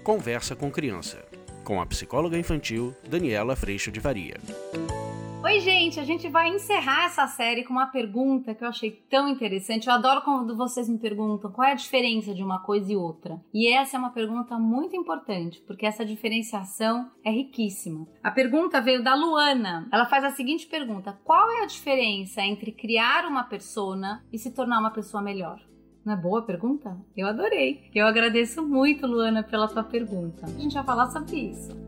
Conversa com Criança, com a psicóloga infantil Daniela Freixo de Varia. Oi, gente, a gente vai encerrar essa série com uma pergunta que eu achei tão interessante. Eu adoro quando vocês me perguntam qual é a diferença de uma coisa e outra. E essa é uma pergunta muito importante, porque essa diferenciação é riquíssima. A pergunta veio da Luana. Ela faz a seguinte pergunta: qual é a diferença entre criar uma persona e se tornar uma pessoa melhor? Não é boa a pergunta? Eu adorei. Eu agradeço muito, Luana, pela tua pergunta. A gente vai falar sobre isso.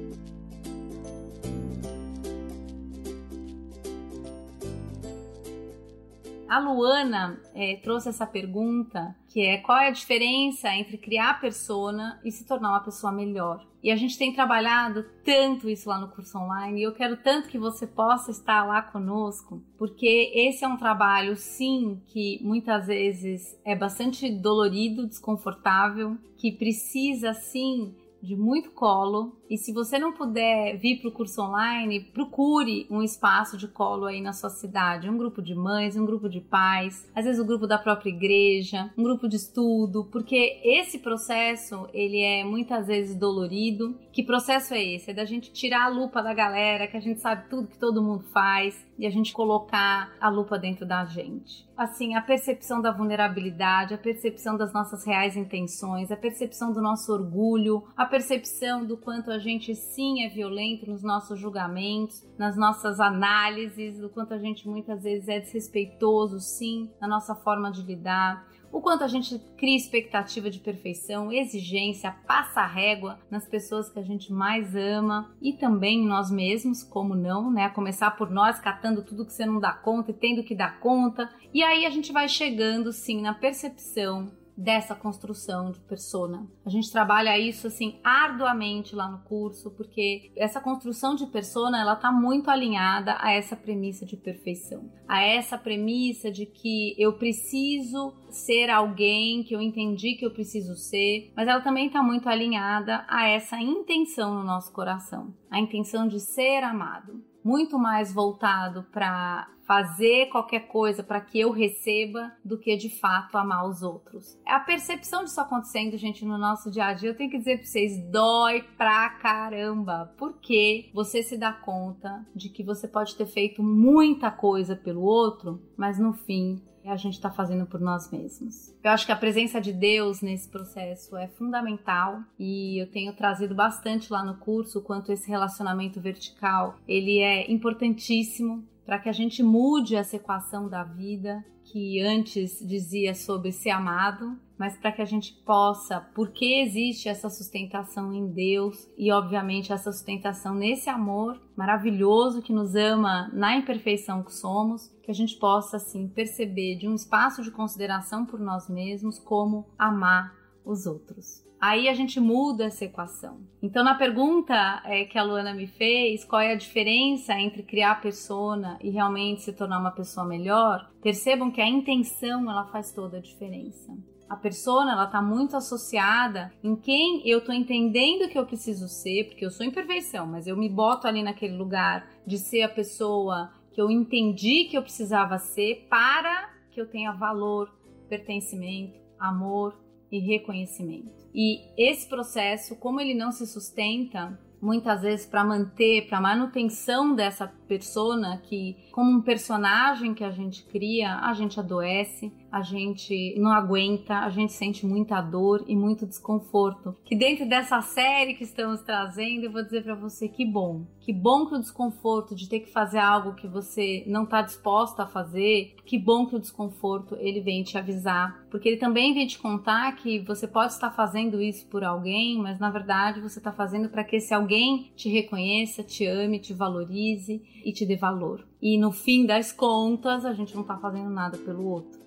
A Luana trouxe essa pergunta, que é qual é a diferença entre criar persona e se tornar uma pessoa melhor. E a gente tem trabalhado tanto isso lá no curso online, e eu quero tanto que você possa estar lá conosco, porque esse é um trabalho, sim, que muitas vezes é bastante dolorido, desconfortável, que precisa, sim, de muito colo. E se você não puder vir para o curso online, procure um espaço de colo aí na sua cidade, um grupo de mães, um grupo de pais, às vezes o grupo da própria igreja, um grupo de estudo, porque esse processo, ele é muitas vezes dolorido. Que processo é esse? É da gente tirar a lupa da galera, que a gente sabe tudo que todo mundo faz, e a gente colocar a lupa dentro da gente. Assim, a percepção da vulnerabilidade, a percepção das nossas reais intenções, a percepção do nosso orgulho, a percepção do quanto a gente sim é violento nos nossos julgamentos, nas nossas análises, do quanto a gente muitas vezes é desrespeitoso, sim, na nossa forma de lidar, o quanto a gente cria expectativa de perfeição, exigência, passa a régua nas pessoas que a gente mais ama e também em nós mesmos, como não, né? A começar por nós, catando tudo que você não dá conta e tendo que dar conta. E aí a gente vai chegando, sim, na percepção dessa construção de persona. A gente trabalha isso assim arduamente lá no curso, porque essa construção de persona, ela tá muito alinhada a essa premissa de perfeição, a essa premissa de que eu preciso ser alguém que eu entendi que eu preciso ser, mas ela também tá muito alinhada a essa intenção no nosso coração, a intenção de ser amado, muito mais voltado para fazer qualquer coisa para que eu receba do que de fato amar os outros. A percepção disso acontecendo, gente, no nosso dia a dia, eu tenho que dizer para vocês, dói pra caramba, porque você se dá conta de que você pode ter feito muita coisa pelo outro, mas no fim a gente está fazendo por nós mesmos. Eu acho que a presença de Deus nesse processo é fundamental e eu tenho trazido bastante lá no curso o quanto esse relacionamento vertical, ele é importantíssimo para que a gente mude essa equação da vida que antes dizia sobre ser amado, mas para que a gente possa, porque existe essa sustentação em Deus e obviamente essa sustentação nesse amor maravilhoso que nos ama na imperfeição que somos, que a gente possa assim perceber de um espaço de consideração por nós mesmos como amar os outros. Aí a gente muda essa equação. Então, na pergunta que a Luana me fez, qual é a diferença entre criar persona e realmente se tornar uma pessoa melhor, percebam que a intenção, ela faz toda a diferença. A persona, ela está muito associada em quem eu estou entendendo que eu preciso ser, porque eu sou imperfeição, mas eu me boto ali naquele lugar de ser a pessoa que eu entendi que eu precisava ser para que eu tenha valor, pertencimento, amor e reconhecimento. E esse processo, como ele não se sustenta, muitas vezes para manter, para manutenção dessa persona, que como um personagem que a gente cria, a gente adoece, a gente não aguenta, a gente sente muita dor e muito desconforto. Que dentro dessa série que estamos trazendo, eu vou dizer para você que bom que o desconforto de ter que fazer algo que você não está disposta a fazer, que bom que o desconforto ele vem te avisar, porque ele também vem te contar que você pode estar fazendo isso por alguém, mas na verdade você está fazendo para que esse alguém te reconheça, te ame, te valorize e te dê valor. E no fim das contas, a gente não está fazendo nada pelo outro.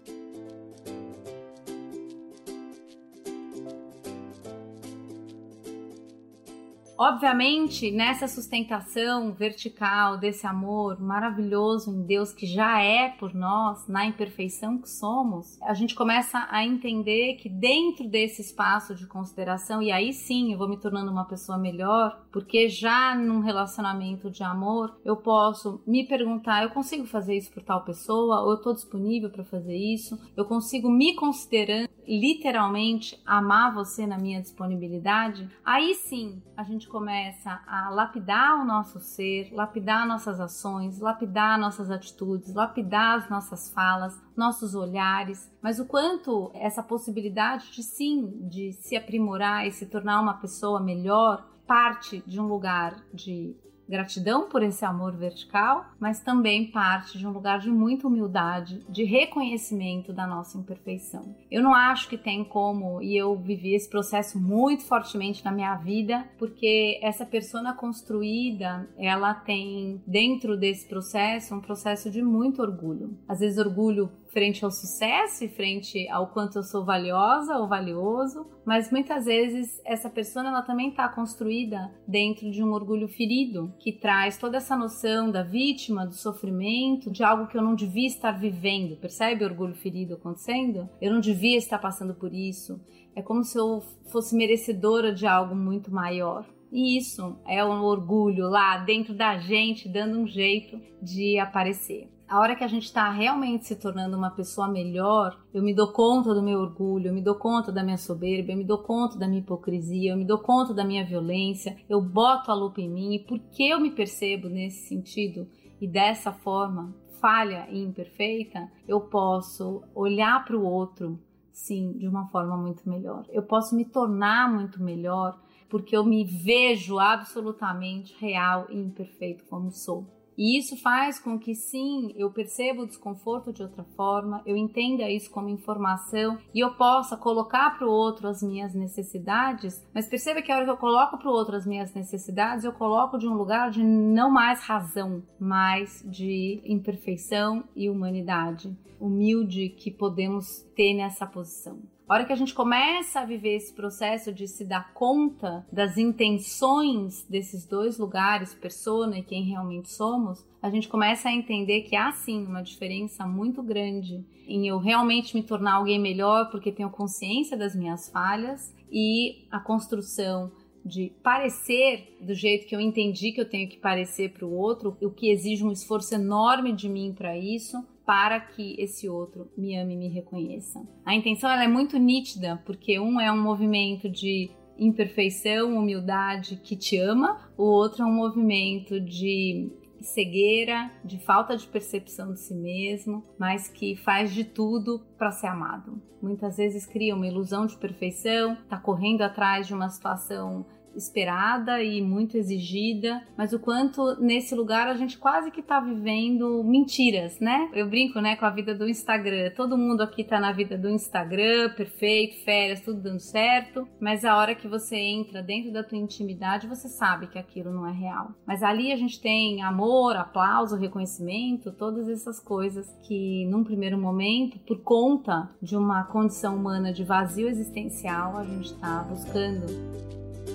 Obviamente, nessa sustentação vertical desse amor maravilhoso em Deus que já é por nós, na imperfeição que somos, a gente começa a entender que dentro desse espaço de consideração, e aí sim eu vou me tornando uma pessoa melhor, porque já num relacionamento de amor, eu posso me perguntar, eu consigo fazer isso por tal pessoa? Ou eu estou disponível para fazer isso? Eu consigo me considerando literalmente amar você na minha disponibilidade? Aí sim, a gente começa a lapidar o nosso ser, lapidar nossas ações, lapidar nossas atitudes, lapidar as nossas falas, nossos olhares, mas o quanto essa possibilidade de sim, de se aprimorar e se tornar uma pessoa melhor, parte de um lugar de gratidão por esse amor vertical, mas também parte de um lugar de muita humildade, de reconhecimento da nossa imperfeição. Eu não acho que tem como, e eu vivi esse processo muito fortemente na minha vida, porque essa persona construída, ela tem dentro desse processo um processo de muito orgulho. Às vezes orgulho frente ao sucesso e frente ao quanto eu sou valiosa ou valioso, mas muitas vezes essa persona ela também está construída dentro de um orgulho ferido, que traz toda essa noção da vítima, do sofrimento, de algo que eu não devia estar vivendo. Percebe o orgulho ferido acontecendo? Eu não devia estar passando por isso. É como se eu fosse merecedora de algo muito maior. E isso é um orgulho lá dentro da gente, dando um jeito de aparecer. A hora que a gente está realmente se tornando uma pessoa melhor, eu me dou conta do meu orgulho, eu me dou conta da minha soberba, eu me dou conta da minha hipocrisia, eu me dou conta da minha violência, eu boto a lupa em mim, e porque eu me percebo nesse sentido e dessa forma, falha e imperfeita, eu posso olhar para o outro, sim, de uma forma muito melhor. Eu posso me tornar muito melhor porque eu me vejo absolutamente real e imperfeito como sou. E isso faz com que, sim, eu perceba o desconforto de outra forma, eu entenda isso como informação e eu possa colocar para o outro as minhas necessidades, mas perceba que a hora que eu coloco para o outro as minhas necessidades, eu coloco de um lugar de não mais razão, mas de imperfeição e humanidade, humilde que podemos ter nessa posição. A hora que a gente começa a viver esse processo de se dar conta das intenções desses dois lugares, persona e quem realmente somos, a gente começa a entender que há sim uma diferença muito grande em eu realmente me tornar alguém melhor porque tenho consciência das minhas falhas e a construção de parecer do jeito que eu entendi que eu tenho que parecer para o outro, o que exige um esforço enorme de mim para isso, para que esse outro me ame e me reconheça. A intenção ela é muito nítida, porque um é um movimento de imperfeição, humildade que te ama, o outro é um movimento de cegueira, de falta de percepção de si mesmo, mas que faz de tudo para ser amado. Muitas vezes cria uma ilusão de perfeição, está correndo atrás de uma situação esperada e muito exigida, mas o quanto nesse lugar a gente quase que tá vivendo mentiras, né? Eu brinco, né, com a vida do Instagram. Todo mundo aqui tá na vida do Instagram, perfeito, férias, tudo dando certo, mas a hora que você entra dentro da tua intimidade, você sabe que aquilo não é real. Mas ali a gente tem amor, aplauso, reconhecimento, todas essas coisas que num primeiro momento, por conta de uma condição humana de vazio existencial, a gente tá buscando.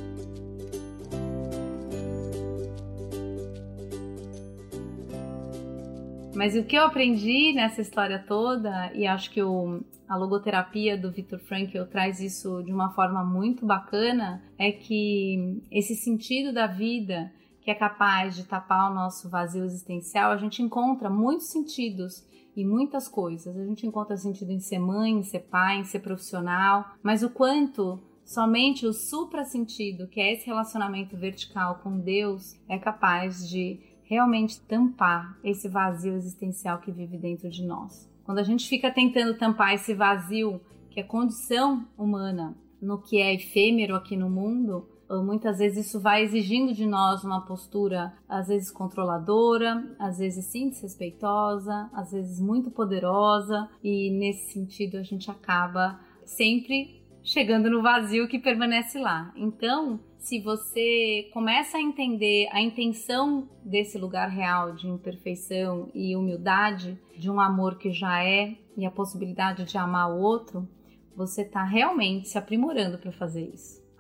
Mas o que eu aprendi nessa história toda, e acho que a logoterapia do Viktor Frankl traz isso de uma forma muito bacana, é que esse sentido da vida que é capaz de tapar o nosso vazio existencial, a gente encontra muitos sentidos e muitas coisas. A gente encontra sentido em ser mãe, em ser pai, em ser profissional, mas o quanto somente o supra-sentido, que é esse relacionamento vertical com Deus, é capaz de realmente tampar esse vazio existencial que vive dentro de nós. Quando a gente fica tentando tampar esse vazio, que é condição humana, no que é efêmero aqui no mundo, muitas vezes isso vai exigindo de nós uma postura, às vezes controladora, às vezes sim desrespeitosa, às vezes muito poderosa, e nesse sentido a gente acaba sempre chegando no vazio que permanece lá. Então, se você começa a entender a intenção desse lugar real de imperfeição e humildade, de um amor que já é, e a possibilidade de amar o outro, você está realmente se aprimorando para fazer isso.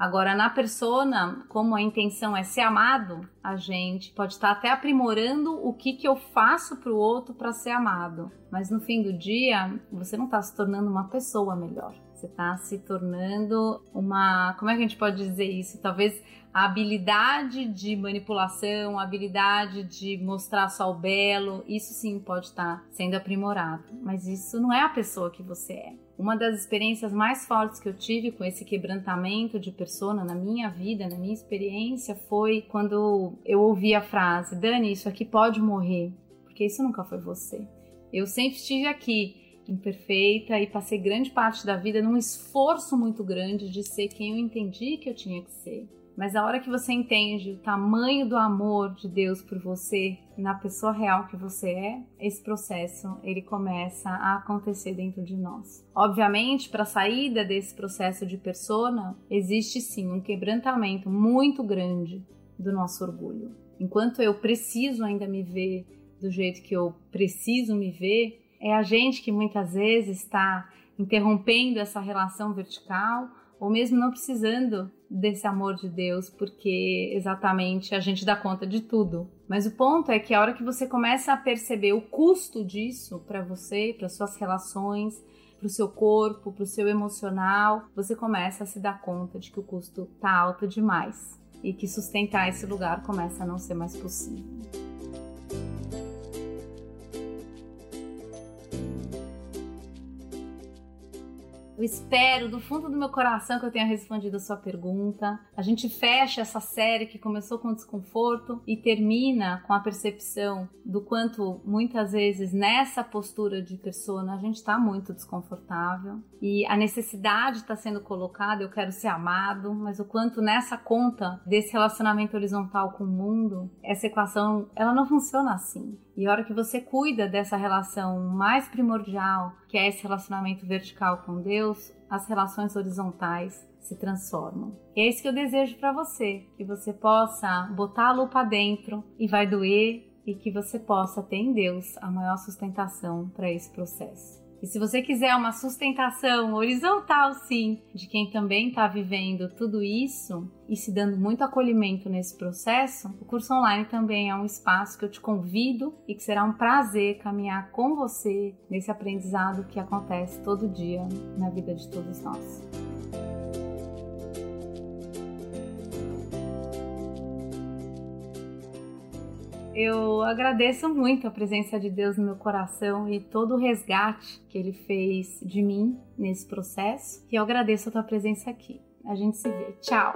Agora, na persona, como a intenção é ser amado, a gente pode estar até aprimorando o que eu faço para o outro para ser amado. Mas no fim do dia, você não está se tornando uma pessoa melhor. Você está se tornando uma... Como é que a gente pode dizer isso? Talvez a habilidade de manipulação, a habilidade de mostrar só o belo, isso sim pode estar sendo aprimorado. Mas isso não é a pessoa que você é. Uma das experiências mais fortes que eu tive com esse quebrantamento de persona na minha vida, na minha experiência, foi quando eu ouvi a frase: Dani, isso aqui pode morrer, porque isso nunca foi você. Eu sempre estive aqui, imperfeita, e passei grande parte da vida num esforço muito grande de ser quem eu entendi que eu tinha que ser. Mas a hora que você entende o tamanho do amor de Deus por você, na pessoa real que você é, esse processo ele começa a acontecer dentro de nós. Obviamente, para a saída desse processo de persona, existe sim um quebrantamento muito grande do nosso orgulho. Enquanto eu preciso ainda me ver do jeito que eu preciso me ver, é a gente que muitas vezes está interrompendo essa relação vertical, ou mesmo não precisando desse amor de Deus, porque exatamente a gente dá conta de tudo. Mas o ponto é que a hora que você começa a perceber o custo disso para você, para suas relações, para o seu corpo, para o seu emocional, você começa a se dar conta de que o custo está alto demais e que sustentar esse lugar começa a não ser mais possível. Eu espero do fundo do meu coração que eu tenha respondido a sua pergunta. A gente fecha essa série que começou com desconforto e termina com a percepção do quanto muitas vezes nessa postura de persona a gente está muito desconfortável e a necessidade está sendo colocada, eu quero ser amado, mas o quanto nessa conta desse relacionamento horizontal com o mundo, essa equação ela não funciona assim. E a hora que você cuida dessa relação mais primordial, que é esse relacionamento vertical com Deus, as relações horizontais se transformam. E é isso que eu desejo para você, que você possa botar a lupa dentro e vai doer, e que você possa ter em Deus a maior sustentação para esse processo. E se você quiser uma sustentação horizontal, sim, de quem também está vivendo tudo isso e se dando muito acolhimento nesse processo, o curso online também é um espaço que eu te convido e que será um prazer caminhar com você nesse aprendizado que acontece todo dia na vida de todos nós. Eu agradeço muito a presença de Deus no meu coração e todo o resgate que Ele fez de mim nesse processo. E eu agradeço a tua presença aqui. A gente se vê. Tchau!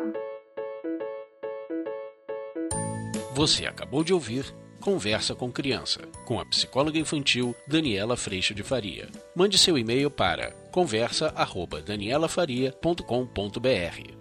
Você acabou de ouvir Conversa com Criança, com a psicóloga infantil Daniela Freixo de Faria. Mande seu e-mail para conversa@danielafaria.com.br.